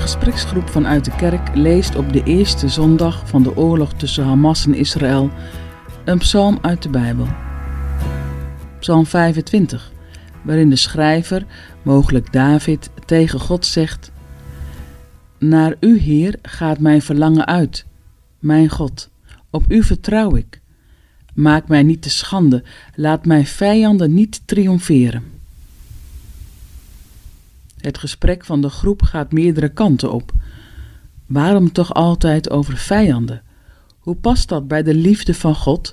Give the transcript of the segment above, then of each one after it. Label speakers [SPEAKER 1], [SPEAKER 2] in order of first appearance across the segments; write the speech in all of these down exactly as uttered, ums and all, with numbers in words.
[SPEAKER 1] gespreksgroep vanuit de kerk leest op de eerste zondag van de oorlog tussen Hamas en Israël een psalm uit de Bijbel. Psalm vijfentwintig, waarin de schrijver, mogelijk David, tegen God zegt: Naar u, Heer, gaat mijn verlangen uit. Mijn God, op u vertrouw ik. Maak mij niet te schande, laat mijn vijanden niet triomferen. Het gesprek van de groep gaat meerdere kanten op. Waarom toch altijd over vijanden? Hoe past dat bij de liefde van God?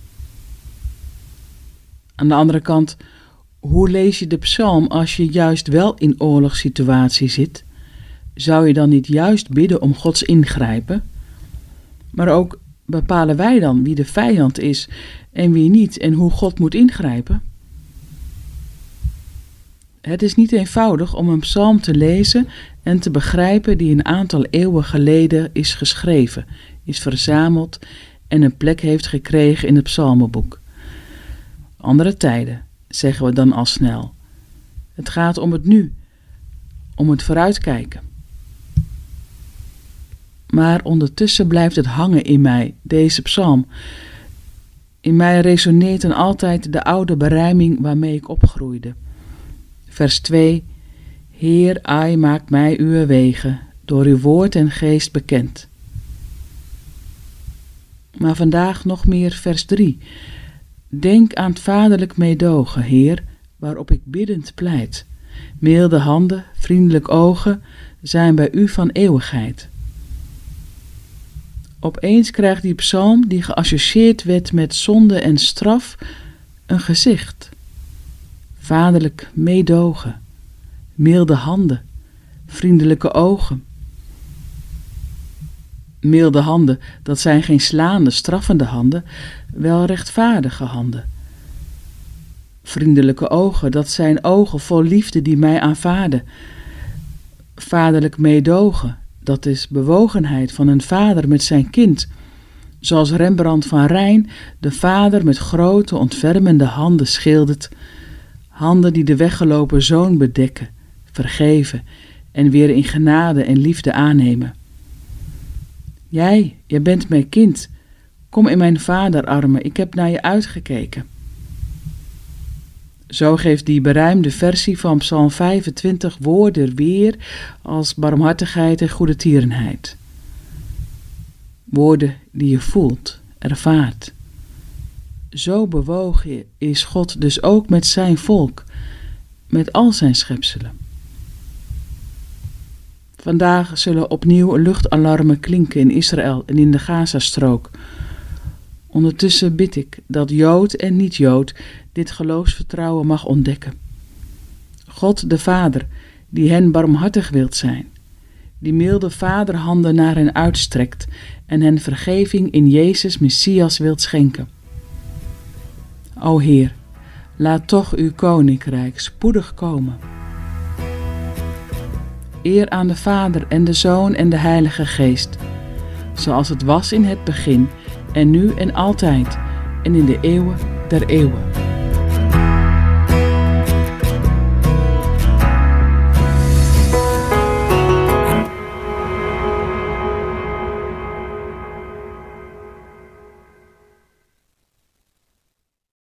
[SPEAKER 1] Aan de andere kant, hoe lees je de psalm als je juist wel in oorlogssituatie zit? Zou je dan niet juist bidden om Gods ingrijpen? Maar ook, bepalen wij dan wie de vijand is en wie niet en hoe God moet ingrijpen? Het is niet eenvoudig om een psalm te lezen en te begrijpen die een aantal eeuwen geleden is geschreven, is verzameld en een plek heeft gekregen in het psalmenboek. Andere tijden, zeggen we dan al snel. Het gaat om het nu, om het vooruitkijken. Maar ondertussen blijft het hangen in mij, deze psalm. In mij resoneert dan altijd de oude berijming waarmee ik opgroeide. Vers twee. Heer, ai, maak mij uw wegen, door uw woord en geest bekend. Maar vandaag nog meer vers drie. Denk aan het vaderlijk meedogen, Heer, waarop ik biddend pleit. Milde handen, vriendelijk ogen zijn bij u van eeuwigheid. Opeens krijgt die psalm, die geassocieerd werd met zonde en straf, een gezicht. Vaderlijk meedogen, milde handen, vriendelijke ogen. Milde handen, dat zijn geen slaande, straffende handen, wel rechtvaardige handen. Vriendelijke ogen, dat zijn ogen vol liefde die mij aanvaarden. Vaderlijk meedogen, dat is bewogenheid van een vader met zijn kind. Zoals Rembrandt van Rijn de vader met grote ontfermende handen schildert. Handen die de weggelopen zoon bedekken, vergeven en weer in genade en liefde aannemen. Jij, jij bent mijn kind. Kom in mijn vaderarmen, ik heb naar je uitgekeken. Zo geeft die berijmde versie van Psalm vijfentwintig woorden weer als barmhartigheid en goedertierenheid. Woorden die je voelt, ervaart. Zo bewogen is God dus ook met zijn volk, met al zijn schepselen. Vandaag zullen opnieuw luchtalarmen klinken in Israël en in de Gazastrook. Ondertussen bid ik dat Jood en niet-Jood dit geloofsvertrouwen mag ontdekken. God de Vader, die hen barmhartig wilt zijn, die milde vaderhanden naar hen uitstrekt en hen vergeving in Jezus Messias wilt schenken. O Heer, laat toch uw koninkrijk spoedig komen. Eer aan de Vader en de Zoon en de Heilige Geest, zoals het was in het begin en nu en altijd en in de eeuwen der eeuwen.